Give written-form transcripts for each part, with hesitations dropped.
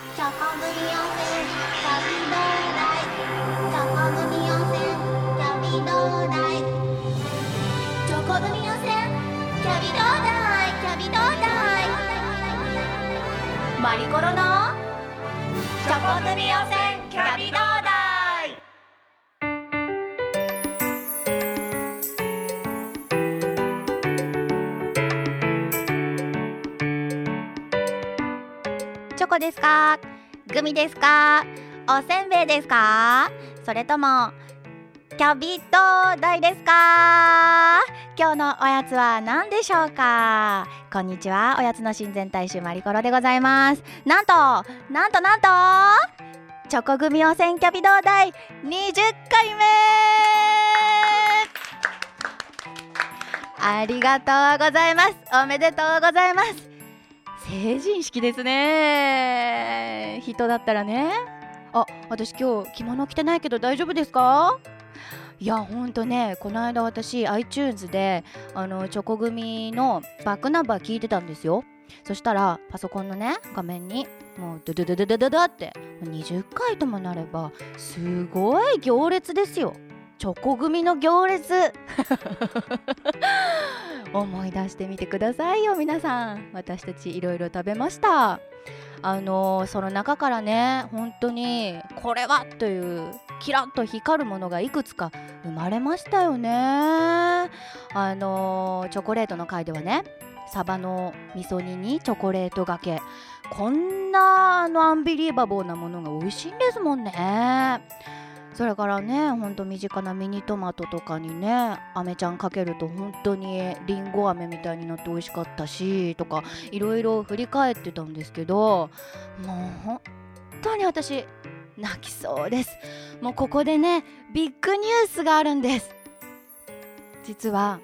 チョコ組温泉キャビドーダイ、チョコ組温泉キャビドーダイ、チョコ組温泉キャビドーダイ、キャビドーダイ、マリコロのチョコ組温泉キャビドーダイ。チョコですか？グミですか？おせんべいですか？それともキャビドーダイですか？今日のおやつは何でしょうか？こんにちは、おやつの親善大使マリコロでございます。なんとチョコグミ温泉キャビドーダイ20回目。ありがとうございます。おめでとうございます。成人式ですね。人だったらね。私今日着物着てないけど大丈夫ですか？いやほんとね、この間私 iTunes でチョコ組のバックナンバー聞いてたんですよ。そしたらパソコンのね画面にもうドドドドドドドって20回ともなればすごい行列ですよ。チョコ組の行列思い出してみてくださいよ皆さん。私たちいろいろ食べました。その中からね本当にこれはというキラッと光るものがいくつか生まれましたよね。チョコレートの回ではね、サバの味噌煮にチョコレートがけ、こんなアンビリーバボーなものが美味しいんですもんね。それからね、ほんと身近なミニトマトとかにね飴ちゃんかけると本当にリンゴ飴みたいになって美味しかったしとか、いろいろ振り返ってたんですけど、もう本当に私泣きそうです。もうここでねビッグニュースがあるんです。実は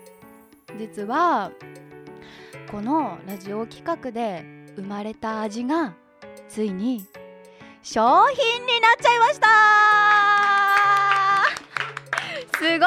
このラジオ企画で生まれた味がついに商品になっちゃいました。すごいよ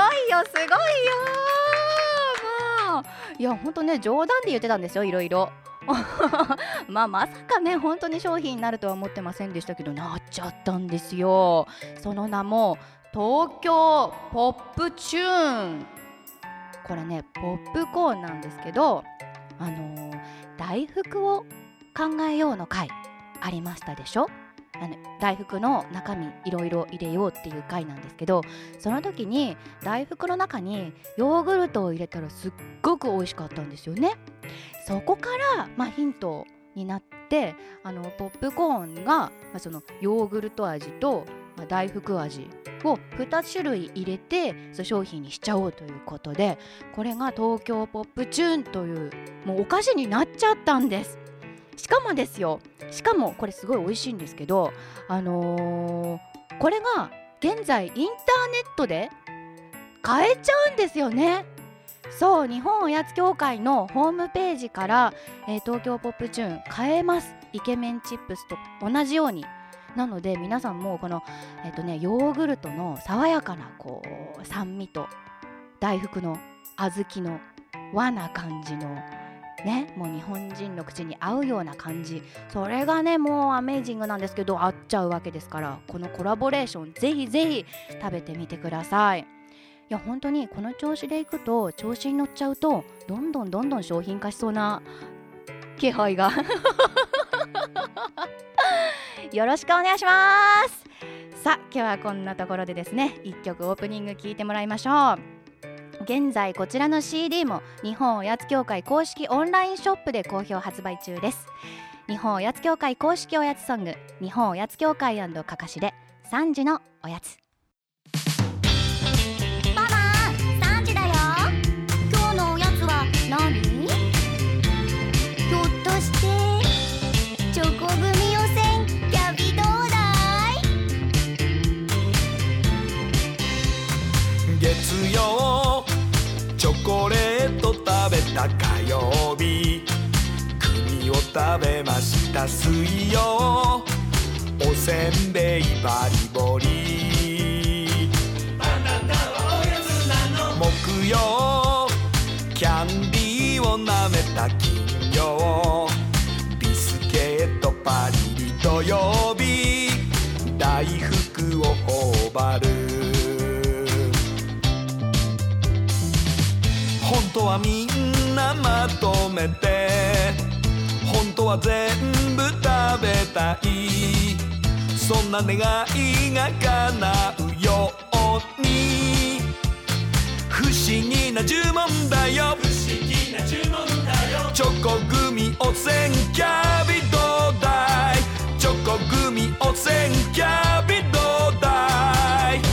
もういやほんとね、冗談で言ってたんですよ、いろいろまさかね本当に商品になるとは思ってませんでしたけど、なっちゃったんですよ。その名も東京ポップチューン。これねポップコーンなんですけど、大福を考えようの回ありましたでしょ。大福の中身いろいろ入れようっていう回なんですけど、その時に大福の中にヨーグルトを入れたらすっごく美味しかったんですよね。そこからヒントになってポップコーンが、そのヨーグルト味と、大福味を2種類入れて商品にしちゃおうということで、これが東京ポップチューンというもうお菓子になっちゃったんです。しかもこれすごい美味しいんですけど、これが現在インターネットで買えちゃうんですよね。そう、日本おやつ協会のホームページから、東京ポップチューン買えます。イケメンチップスと同じように。なので皆さんもこの、ヨーグルトの爽やかな酸味と大福の小豆の和な感じのね、もう日本人の口に合うような感じ、それがねもうアメージングなんですけど、合っちゃうわけですから、このコラボレーションぜひぜひ食べてみてください。いや本当にこの調子でいくと、調子に乗っちゃうとどんどん商品化しそうな気配がよろしくお願いします。さあ今日はこんなところでですね、1曲オープニング聴いてもらいましょう。現在こちらの CD も日本おやつ協会公式オンラインショップで好評発売中です。日本おやつ協会公式おやつソング、日本おやつ協会&かかしで3時のおやつ。ママ3時だよ。今日のおやつは何？ひょっとしてチョコ組予選キャビどうだい？ 月曜チョコレート食べた火曜日、グミを食べました水曜、おせんべいバリボリ、バナナはおやつなの。木曜キャンディーを舐めた金曜、ビスケットパリリ土曜ばる。本当はみんなまとめて、本当は全部食べたい、そんな願いが叶うように。不思議な呪文だよ、不思議な呪文だよ。チョコグミ汚染キャビどうだい、チョコグミ汚染キャビどうだい。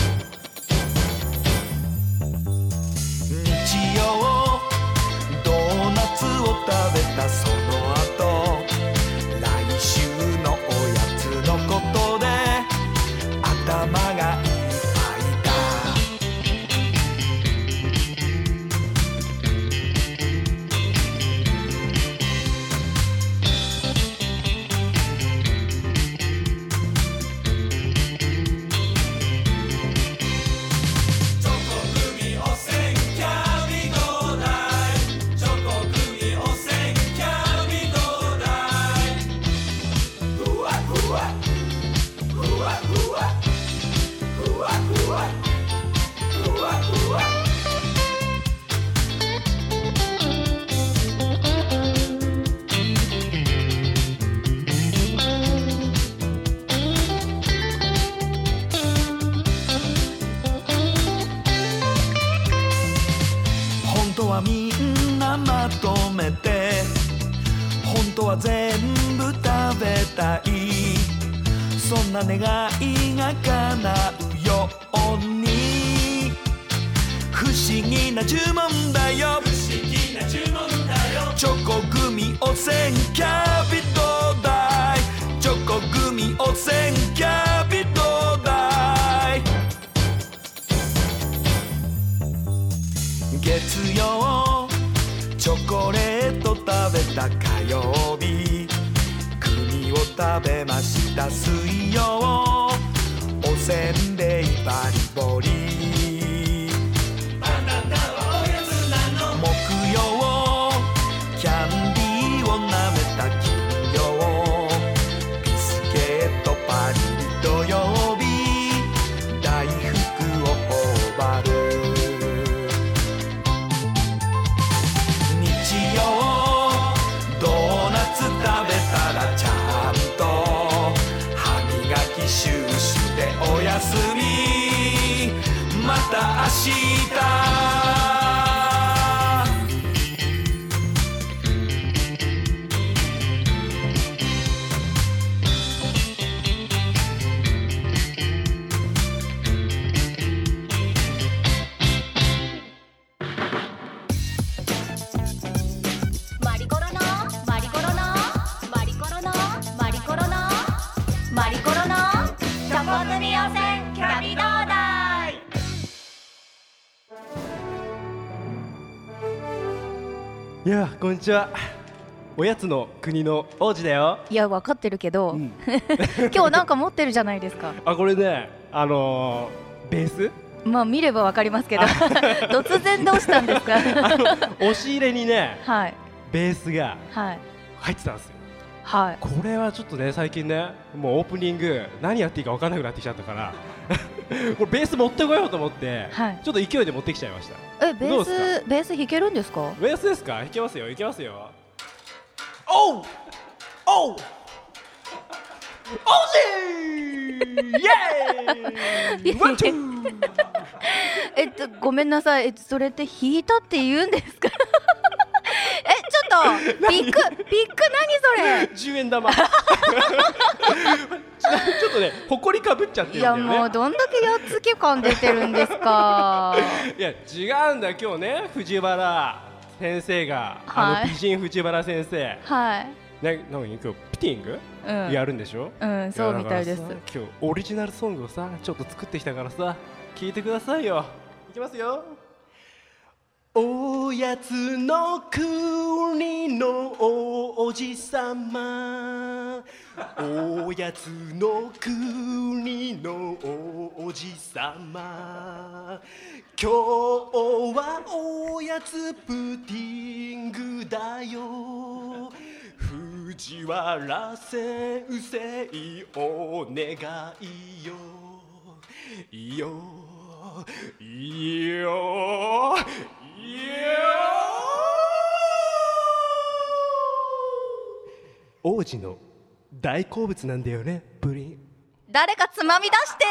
日曜ドーナツを食べたその後、来週のおやつのことで頭がいっぱいだ。チョコグミ汚染キャビどうだい、チョコグミ汚染キャビどうだい。ふわふわふわふわふわふわふわふわ。本当はみんなまとめて、本当は全部食べたい、そんな願いが叶うように。不思議な呪文だよ、不思議な呪文だよ。チョコグミ汚染キャビどうだい、チョコグミ汚染キャビどうだい。月曜チョコレート食べた火曜日、グミを食べました水曜、おせんべいバリボリ。バナナはおやつなの。木曜キャンディーを舐めた金曜、ビスケットパリリ土曜日、大福を頬張る。日曜ドーナツ食べたらちゃんと歯磨きシューシュでおやすみ、また明日。 マリコロのマリコロのマリコロのマリコロのマリコロのチョコグミ汚染キャビどうだい。 いやこんにちは、おやつの国の王子だよ。 いや分かってるけど、 うん今日なんか持ってるじゃないですか。 あこれねベースまあ見れば分かりますけど突然どうしたんですか押し入れにねはいベースがはい入ってたんですよ。 はい。 これはちょっとね最近ねもうオープニング何やっていいか分からなくなってきちゃったからこれベース持ってこようと思って、 はいちょっと勢いで持ってきちゃいました。 ベどうですース弾けるんですか？ ベースですか？弾けますよいけますよ。おうおう王子イエーイワンツーごめんなさい、それって弾いたって言うんですか？ちょっとピック何それ 10円玉ちょっとねほこりかぶっちゃってるんいやだよね。 もうどんだけやっつけ感出てるんですかいや違うんだ今日ね藤原先生が、 はい美人藤原先生はいね何今日ピティング、 うんやるんでしょ。 うんそうみたいですやだからさ今日オリジナルソングをさちょっと作ってきたからさ聞いてくださいよ。いきますよ。おやつの国の王子様おやつの国の王子様今日はおやつプティングだよ藤原先生お願いよいいよいいよいいよ王子の大好物なんだよねプリン。 誰かつまみ出して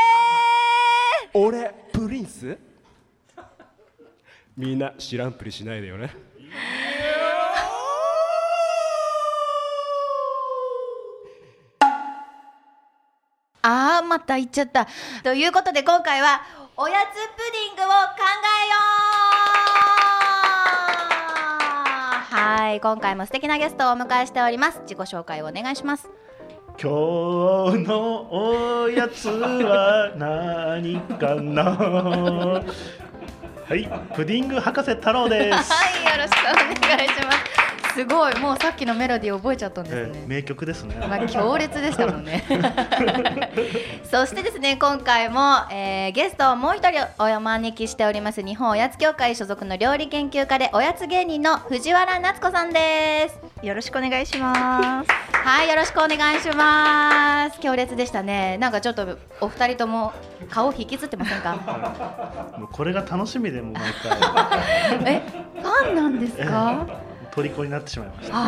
俺プリンス。みんな知らんぷりしないでよね。 また言っちゃった。ということで今回はおやつプディングを考えよう。はい、今回も素敵なゲストをお迎えしております。自己紹介をお願いします。 今日のおやつは何かな。はい、プディング博士太郎です。 はい、よろしくお願いします。すごい、もうさっきのメロディー覚えちゃったんですね。 名曲ですね。 強烈でしたもんね。そしてですね、今回も、ゲストをもう一人お招きしております。日本おやつ協会所属の料理研究家でおやつ芸人の藤原夏子さんです。 よろしくお願いします。 はい、よろしくお願いします。強烈でしたね。なんかちょっとお二人とも顔引きつってませんか？ もうこれが楽しみでもう毎回。 ファンなんですか？ 虜になってしまいました。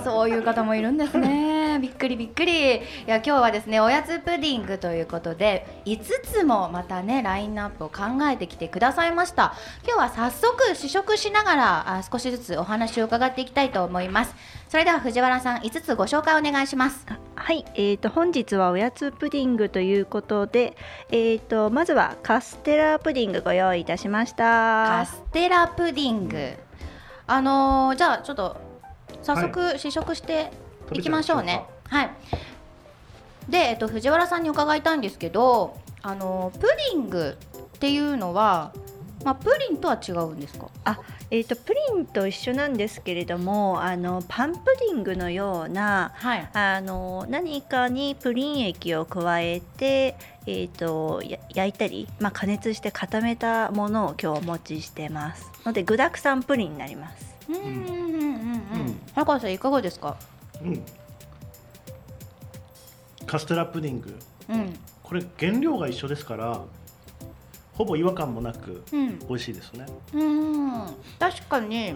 そういう方もいるんですね。びっくりびっくり。いや、今日はですね、おやつプディングということで5つもまたねラインナップを考えてきてくださいました。今日は早速試食しながら少しずつお話を伺っていきたいと思います。それでは藤原さん、5つご紹介お願いします。 はい、本日はおやつプディングということで、まずはカステラプディングご用意いたしました。 カステラプディング、じゃあちょっと早速試食していきましょうね。はい。で、藤原さんに伺いたいんですけど、プディングっていうのは、プリンとは違うんですか？ プリンと一緒なんですけれども、パンプディングのような、はい、何かにプリン液を加えて、焼いたり、加熱して固めたものを今日お持ちしてますので、具沢山プリンになります。 博士いかがですか？ カステラプディング、これ原料が一緒ですからほぼ違和感もなく美味しいですね。 確かに、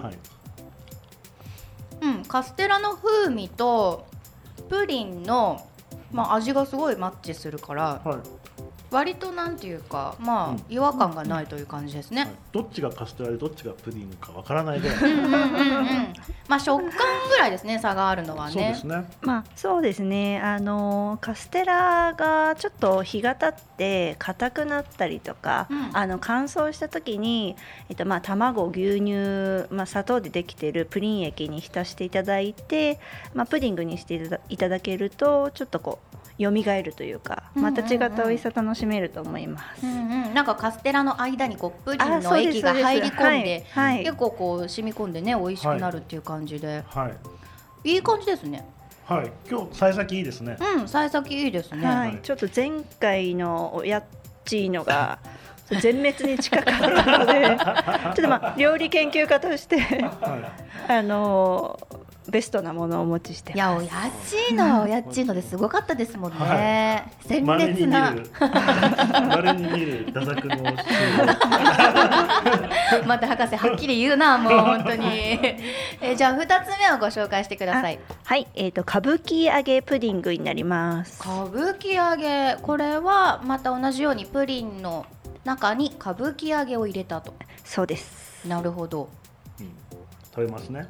カステラの風味とプリンの、味がすごいマッチするから、割となんていうか、違和感がないという感じですね。 どっちがカステラでどっちがプディングかわからないぐらい。 食感ぐらいですね、差があるのはね。 そうですね。そうですね。カステラがちょっと日が経って硬くなったりとか、乾燥した時に、卵、牛乳、砂糖でできているプリン液に浸していただいて、プディングにしていただけるとちょっとこう蘇るというか、また違った美味しさ楽しめると思います。 なんかカステラの間にこうプリンの液が入り込んで、結構こう染み込んでね、美味しくなるっていう感じで、いい感じですね。 今日幸先いいですね。 幸先いいですね。 ちょっと前回のおやっちーのが全滅に近かったのでちょっと料理研究家としてベストなものをお持ちしてます。 いや、おやっちーのおやっちーのですごかったですもんね。鮮烈な稀に見るダザクのまた博士はっきり言うな、もう本当にじゃあ2つ目をご紹介してください。 はい、歌舞伎揚げプディングになります。 歌舞伎揚げ、これはまた同じようにプリンの中に歌舞伎揚げを入れたと。 そうです。 なるほど。 食べますね。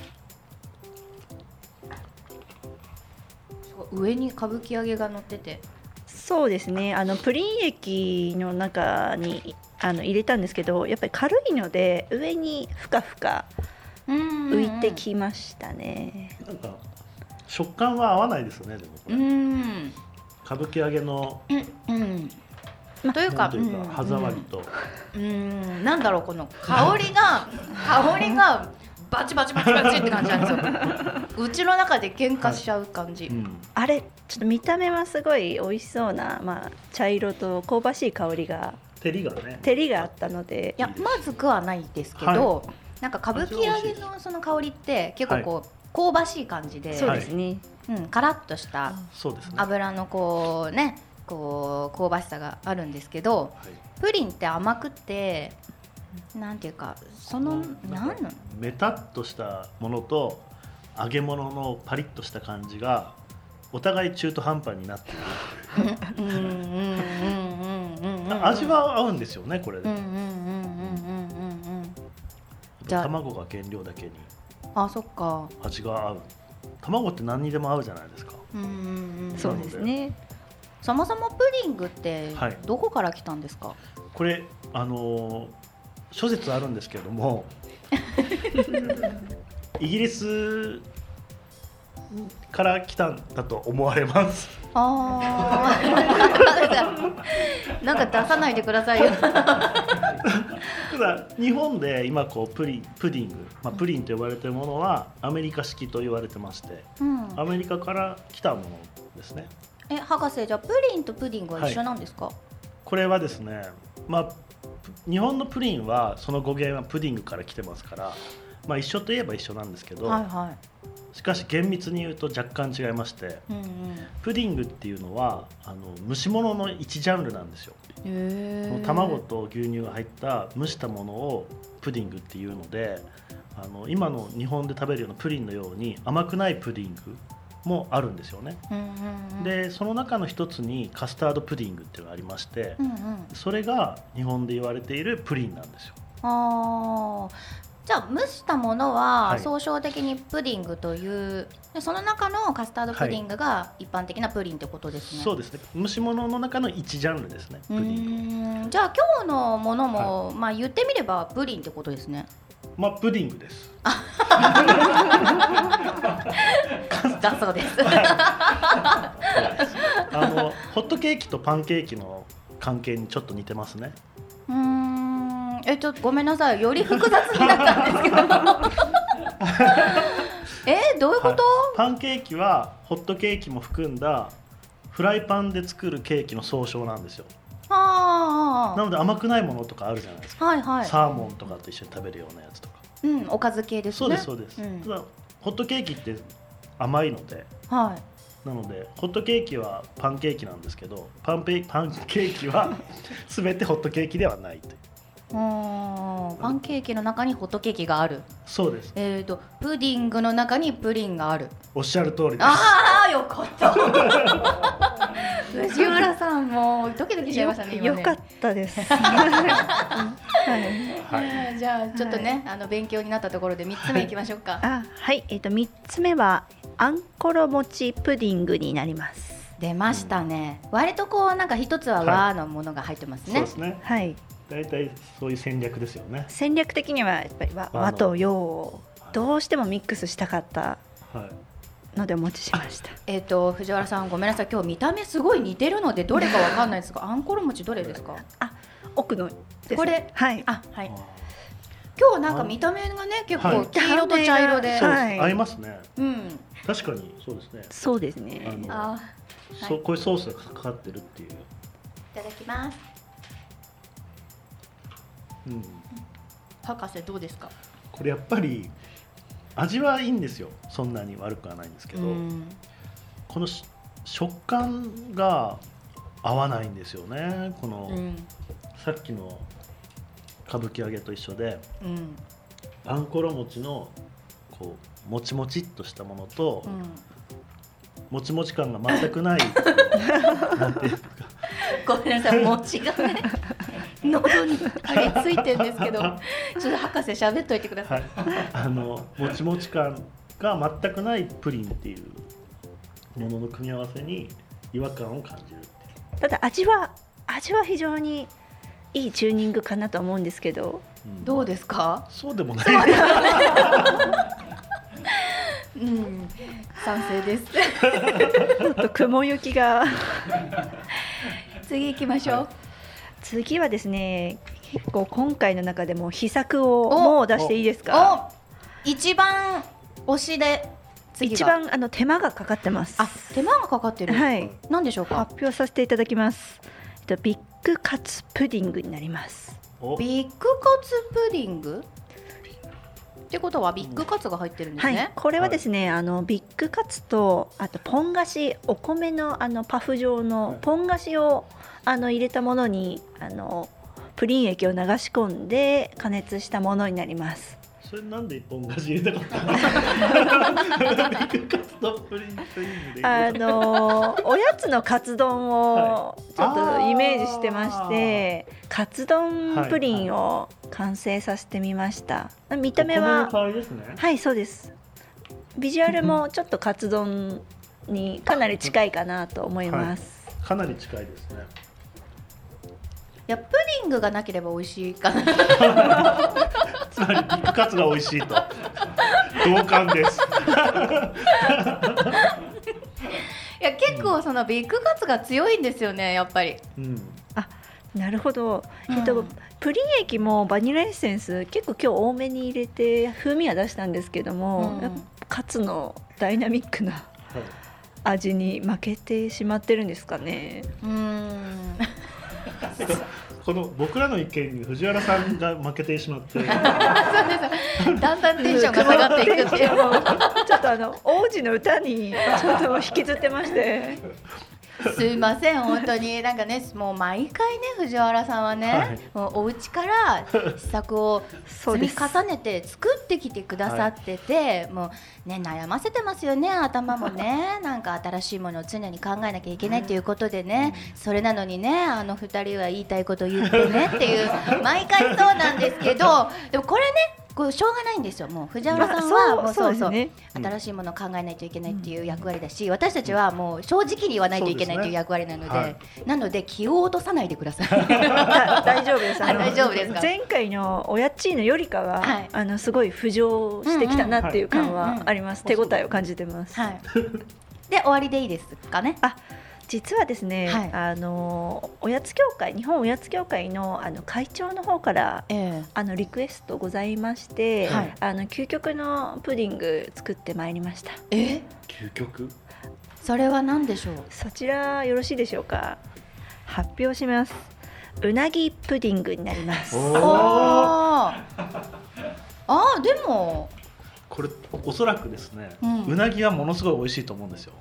上に歌舞伎揚げが乗ってて、 そうですね、プリン液の中に入れたんですけど、やっぱり軽いので上にふかふか浮いてきましたね。 なんか食感は合わないですよね。でもこれ歌舞伎揚げのというか歯触りと、 なんだろう、この香りがバチバチバチバチって感じなんですようちの中で喧嘩しちゃう感じ、 あれちょっと見た目はすごい美味しそうな、茶色と香ばしい香りが照りがあったので、 いやまずくはないですけど、なんか歌舞伎揚げのその香りって結構こう、香ばしい感じで、 そうですね、 カラッとした油のこうねこう香ばしさがあるんですけど、プリンって甘くてなんていうかそのなんのメタっとしたものと揚げ物のパリッとした感じがお互い中途半端になっている。味は合うんですよねこれで。卵が原料だけにそっか味が合う。卵って何にでも合うじゃないですか。 そうですね。 そもそもプディングってどこから来たんですか？ これ諸説あるんですけれどもイギリスから来たんだと思われます。 なんか出さないでくださいよ。 ただ日本で今こうプディング、プリンと呼ばれているものはアメリカ式と言われてまして、アメリカから来たものですね。 博士、じゃあプリンとプディングは一緒なんですか？ これはですね、日本のプリンはその語源はプディングから来てますから、一緒といえば一緒なんですけど、しかし厳密に言うと若干違いまして、プディングっていうのは蒸し物の一ジャンルなんですよ。この卵と牛乳が入った蒸したものをプディングっていうので、今の日本で食べるようなプリンのように甘くないプディングもあるんですよね。でその中の一つにカスタードプディングっていうのがありまして、それが日本で言われているプリンなんですよ。 じゃあ蒸したものは総称的にプディングという、でその中のカスタードプディングが一般的なプリンってことですね。 そうですね。蒸し物の中の一ジャンルですね。プディング。 じゃあ今日のものも、言ってみればプリンってことですね。 プディングです。 だそうです。 ホットケーキとパンケーキの関係にちょっと似てますね。 ちょっとごめんなさい、より複雑になったんですけど。どういうこと？ パンケーキはホットケーキも含んだフライパンで作るケーキの総称なんですよ。なので甘くないものとかあるじゃないですか。サーモンとかと一緒に食べるようなやつとか。 おかず系ですね。 そうです。ただホットケーキって甘いので、なのでホットケーキはパンケーキなんですけど、パンケーキは全てホットケーキではないという。 パンケーキの中にホットケーキがある。 そうです。 プディングの中にプリンがある。 おっしゃる通りです。 よかった。藤原さんもドキドキしちゃいましたね。 よかったです。じゃあちょっとね、勉強になったところで3つ目いきましょうか。 3つ目はあんころ餅プディングになります。 出ましたね。割とこうなんか一つは和のものが入ってますね。 そうですね。だいたいそういう戦略ですよね。 戦略的にはやっぱり和と洋をどうしてもミックスしたかったのでお持ちしました。 藤原さんごめんなさい、今日見た目すごい似てるのでどれかわかんないですが、あんころ餅どれですか？ 奥のですね。 これ今日なんか見た目がね結構黄色と茶色で、 合いますね。確かにそうですね。 そうですね。 こういうソースがかかってるっていう。いただきます。博士どうですか？ これやっぱり味はいいんですよ。そんなに悪くはないんですけど、この食感が合わないんですよね。この、さっきの歌舞伎揚げと一緒で、あんころ餅のこうもちもちっとしたものと、もちもち感が全くないなんていうかごめんなさい、餅がね喉に張り付いてるんですけど、ちょっと博士喋っといてください。 もちもち感が全くないプリンっていうものの組み合わせに違和感を感じるっていう。 ただ味は非常にいいチューニングかなと思うんですけど、 どうですか？ そうでもない。 賛成です。 ちょっと雲行きが次行きましょう。 次はですね、結構今回の中でも秘策をもう出していいですか？ 一番推しで一番手間がかかってます。 手間がかかってる。何でしょうか？ 発表させていただきます。ビッグカツプディングになります。 ビッグカツプディング？ ってことはビッグカツが入ってるんですね。 はい、これはですね、ビッグカツとあとポン菓子、お米のパフ状のポン菓子を入れたものにプリン液を流し込んで加熱したものになります。 それなんでポン菓子入れたかったんですか？ビッグカツとプリンでおやつのカツ丼をちょっとイメージしてまして、カツ丼プリンを完成させてみました。見た目は、はい、そうです。ビジュアルもちょっとカツ丼にかなり近いかなと思います。 かなり近いですね。 いや、プディングがなければ美味しいかな。 つまりビッグカツが美味しいと同感です。 いや、結構そのビッグカツが強いんですよね、やっぱり。 あ、なるほど。プリン液もバニラエッセンス結構今日多めに入れて風味は出したんですけども、カツのダイナミックな味に負けてしまってるんですかね。 この僕らの意見に藤原さんが負けてしまってそうです。 だんだんテンションが下がっていくっていう。 ちょっと王子の歌にちょっと引きずってまして。 すいません、本当になんかね、もう毎回ね、藤原さんはね、もうお家から試作を積み重ねて作ってきてくださってて、もうね、悩ませてますよね、頭もね。なんか新しいものを常に考えなきゃいけないということでね、それなのにね、2人は言いたいこと言ってねっていう毎回そうなんですけど、でもこれね、しょうがないんですよ。もう藤原さんはもうそう新しいものを考えないといけないっていう役割だし、私たちはもう正直に言わないといけないという役割なので、なので気を落とさないでください。 大丈夫です。 大丈夫ですか？ 前回のおやっちーのよりかは、すごい浮上してきたなっていう感はあります。手応えを感じてます。 で、終わりでいいですかね。 実はですね、おやつ協会、日本おやつ協会の会長の方から、リクエストございまして、究極のプディング作ってまいりました。 究極？ それは何でしょう？ そちらよろしいでしょうか。発表します。うなぎプディングになります。 でもこれおそらくですね、うなぎはものすごい美味しいと思うんですよ。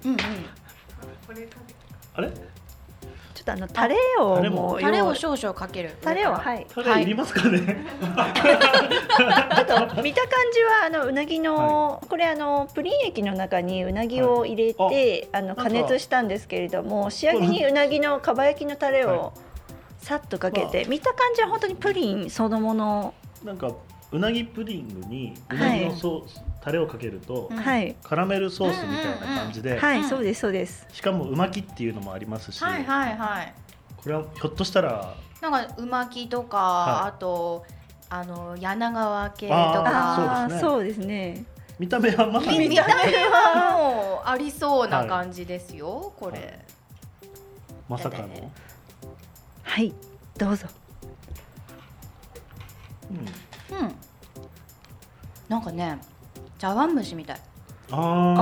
あれ？ ちょっとタレを少々かける。 タレいりますかね。 あと見た感じはうなぎの、これプリン液の中にうなぎを入れて、加熱したんですけれども、仕上げにうなぎのかば焼きのタレをさっとかけて、見た感じは本当にプリンそのもの。 なんかうなぎプディングにうなぎのタレをかけると、カラメルソースみたいな感じで、 そうですそうです。 しかもうまきっていうのもありますし、これはひょっとしたらなんかうまきとか、あと柳川系とか、 そうですね。 見た目はまさに見た目はもうありそうな感じですよ、これ。 まさかの。 はい、どうぞ。 なんかね、茶碗蒸しみたい。茶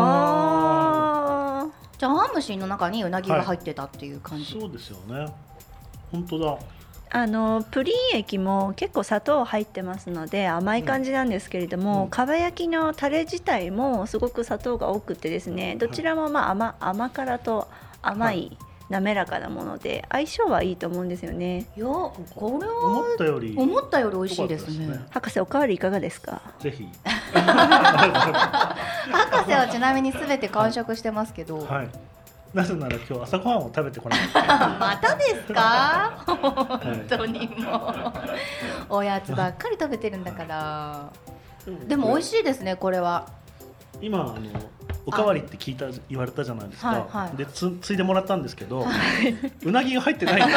碗蒸しの中にうなぎが入ってたっていう感じ。 そうですよね。本当だ。 プリン液も結構砂糖入ってますので甘い感じなんですけれども、かば焼きのタレ自体もすごく砂糖が多くてですね、どちらも甘辛と甘い、滑らかなもので相性はいいと思うんですよね。 いや、これは思ったより美味しいですね。 博士、おかわりいかがですか？ ぜひ。 博士はちなみに全て完食してますけど、 なぜなら今日朝ごはんを食べてこなかった。 またですか？本当にもうおやつばっかり食べてるんだから。でも美味しいですね、これは。 今おかわりって言われたじゃないですか。でついでもらったんですけど、うなぎが入ってないんです。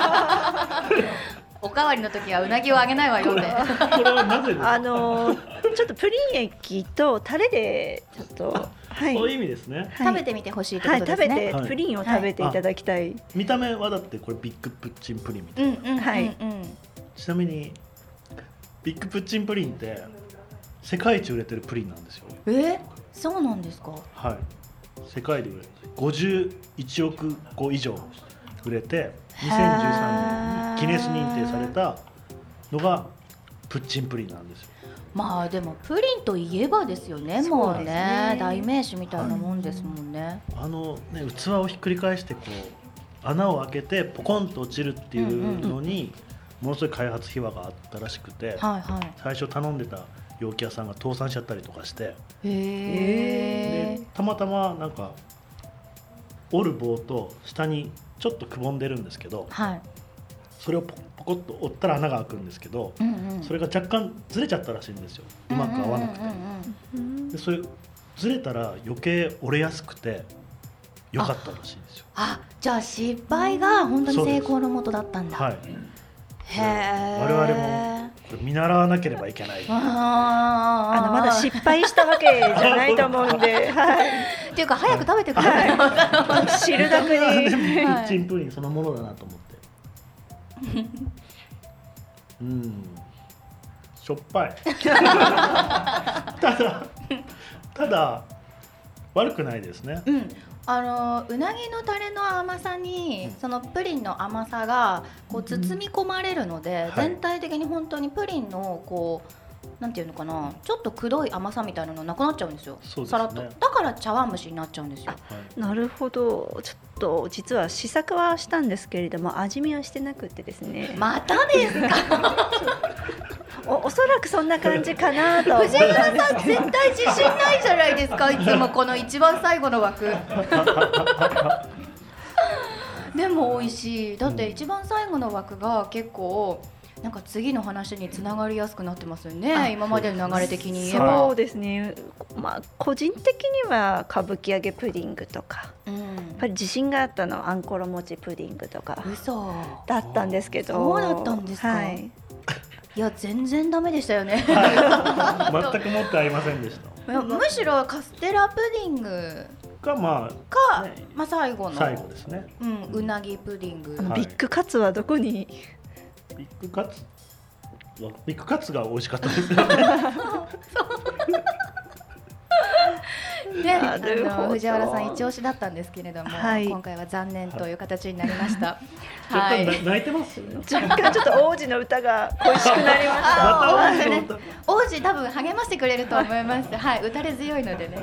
おかわりの時はうなぎをあげないわよって。これはなぜですか？ ちょっとプリン液とタレでちょっと、 そういう意味ですね。 食べてみてほしいってことですね。 食べてプリンを食べていただきたい。 見た目はだってこれビッグプッチンプリンみたいな。ちなみにビッグプッチンプリンって世界一売れてるプリンなんですよ。 そうなんですか？ はい。世界で売れて51億個以上売れて、2013年にギネス認定されたのがプッチンプリンなんですよ。 まあでもプリンといえばですよね、もうね、代名詞みたいなもんですもんね。 器をひっくり返してこう穴を開けてポコンと落ちるっていうのにものすごい開発秘話があったらしくて、最初頼んでた容器屋さんが倒産しちゃったりとかして、でたまたまなんか折る棒と下にちょっとくぼんでるんですけど、それをポコッと折ったら穴が開くんですけど、それが若干ずれちゃったらしいんですよ、うまく合わなくて。でそれずれたら余計折れやすくて良かったらしいんですよ。 じゃあ失敗が本当に成功のもとだったんだ。 我々もこれ見習わなければいけない。 まだ失敗したわけじゃないと思うんで、 っていうか早く食べてくれないの汁だくにキッチンプリンそのものだなと思って。しょっぱいただ悪くないですね。 うなぎのタレの甘さにそのプリンの甘さがこう包み込まれるので、全体的に本当にプリンのこうなんていうのかな、ちょっとくどい甘さみたいなのなくなっちゃうんですよ。さらっと。だから茶碗蒸しになっちゃうんですよ。 なるほど。ちょっと実は試作はしたんですけれども味見はしてなくてですね。 またですかおそらくそんな感じかなと。 藤原さん絶対自信ないじゃないですか、いつもこの一番最後の枠でも美味しい。だって一番最後の枠が結構なんか次の話につながりやすくなってますよね、今までの流れ的に言えば。 そうですね、個人的には歌舞伎揚げプディングとか、やっぱり自信があったのはあんころ餅プディングとかだったんですけど。 そうだったんですか。いや全然ダメでしたよね全くもってありませんでした。 むしろカステラプディングが最後ですね。 うなぎプディング。 ビッグカツはどこに？ ビッグカツが美味しかったですよね藤原さん一押しだったんですけれども、今回は残念という形になりました若干泣いてますよね。 若干ちょっと王子の歌が恋しくなりました王子多分励ましてくれると思います。打たれ強いのでね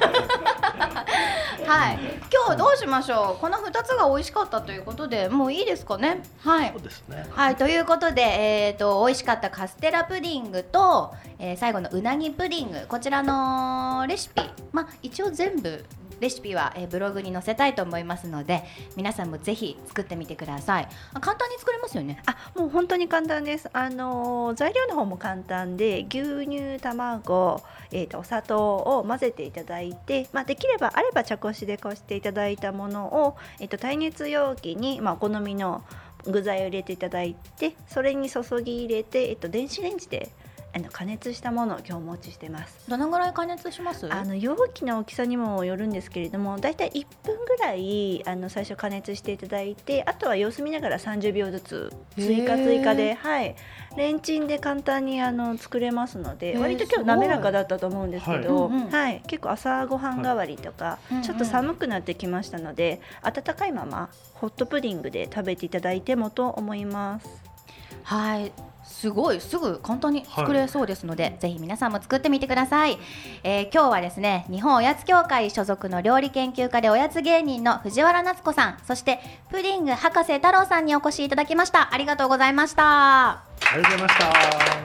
今日どうしましょう。この2つが美味しかったということでもういいですかね。 そうですね。 ということで、美味しかったカステラプディングと、最後のうなぎプディング、こちらのレシピ、一応全部レシピは、ブログに載せたいと思いますので、皆さんもぜひ作ってみてください。簡単に作れますよね。 もう本当に簡単です。材料の方も簡単で、牛乳、卵、お砂糖を混ぜていただいて、できればあれば茶こしでこしていただいたものを、耐熱容器に、お好みの具材を入れていただいて、それに注ぎ入れて、電子レンジで加熱したものを今日お持ちしてます。 どのぐらい加熱します？ 容器の大きさにもよるんですけれども、だいたい1分ぐらい最初加熱していただいて、あとは様子見ながら30秒ずつ追加で、レンチンで簡単に作れますので、割と今日滑らかだったと思うんですけど、結構朝ごはん代わりとか、ちょっと寒くなってきましたので、温かいままホットプディングで食べていただいてもと思います。 すごいすぐ簡単に作れそうですので、ぜひ皆さんも作ってみてください。今日はですね、日本おやつ協会所属の料理研究家でおやつ芸人の藤原夏子さん、そしてプディング博士太郎さんにお越しいただきました。ありがとうございました。 ありがとうございました。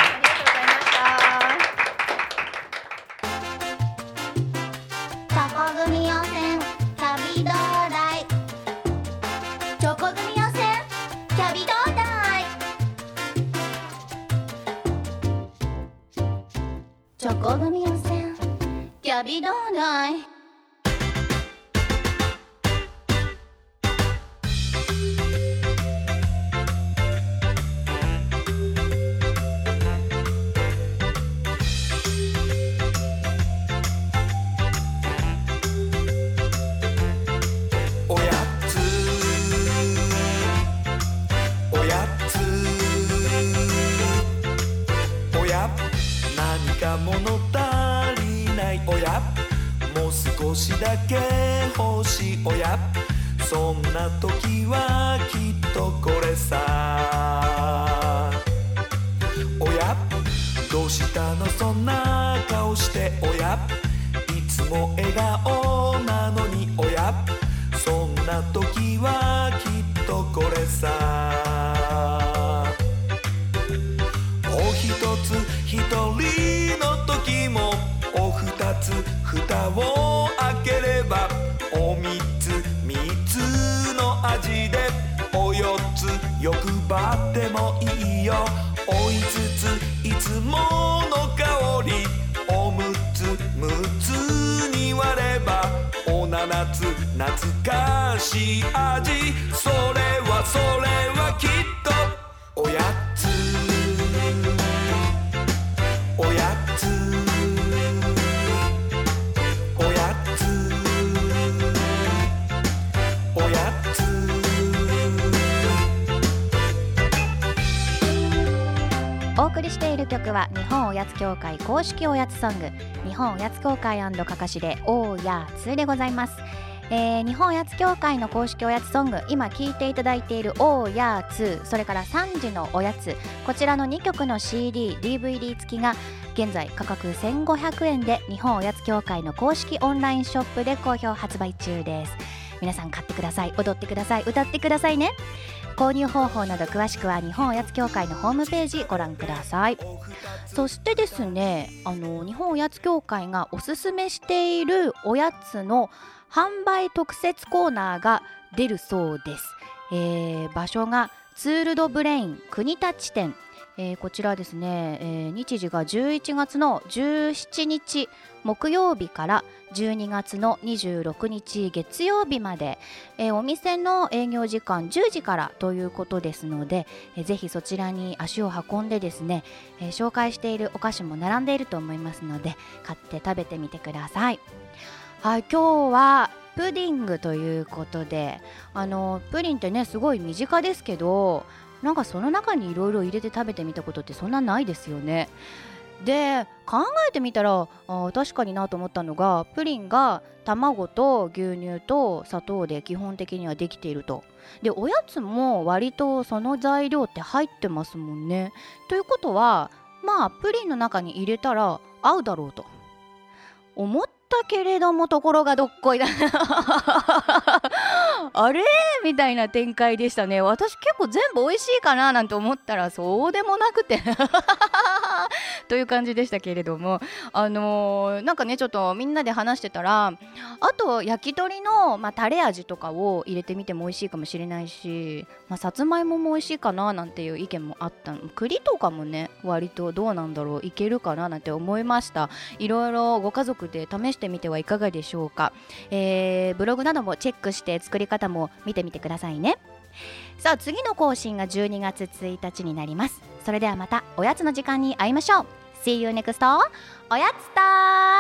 チョコ組予選キャビ道大。 おやつおやつおや何か物足りないおやもう少しだけ欲しいおやそんな時はきっとこれさおやどうしたのそんな顔しておやいつも笑顔なのにおやそんな時はきっとこれさお一つ一人の時もお二つ蓋を開ければお三つ三つの味でお四つ欲張ってもいいよお五ついつもの香りお六つ六つに割ればお七つ懐かしい味それはきっとおやつおやつおやつおやつお送りしている曲は日本おやつ協会公式おやつソング日本おやつ協会&かかしでおやつでございます。日本おやつ協会の公式おやつソング今聴いていただいているおやつそれから3時のおやつこちらの2曲の CD、DVD 付きが現在価格1500円で日本おやつ協会の公式オンラインショップで好評発売中です。皆さん買ってください踊ってください歌ってくださいね。購入方法など詳しくは日本おやつ協会のホームページご覧ください。そしてですね日本おやつ協会がおすすめしているおやつの販売特設コーナーが出るそうです。場所がツールドブレイン国立店、こちらですね、日時が11月の17日木曜日から12月の26日月曜日まで、お店の営業時間10時からということですので、ぜひそちらに足を運んでですね、紹介しているお菓子も並んでいると思いますので買って食べてみてください。はい、今日はプディングということでプリンってねすごい身近ですけどなんかその中にいろいろ入れて食べてみたことってそんなないですよね。で考えてみたら確かになと思ったのがプリンが卵と牛乳と砂糖で基本的にはできていると。でおやつも割とその材料って入ってますもんね。ということはまあプリンの中に入れたら合うだろうと思ったけれどもところがどっこいだあれみたいな展開でしたね。私結構全部美味しいかななんて思ったらそうでもなくてという感じでしたけれどもなんかねちょっとみんなで話してたらあと焼き鳥の、タレ味とかを入れてみても美味しいかもしれないし、さつまいもも美味しいかななんていう意見もあった栗とかもね割とどうなんだろういけるかななんて思いました。いろいろご家族で試してみてはいかがでしょうか。ブログなどもチェックして作り方も見てみてくださいね。さあ次の更新が12月1日になります。それではまたおやつの時間に会いましょう。See you next おやつタイム。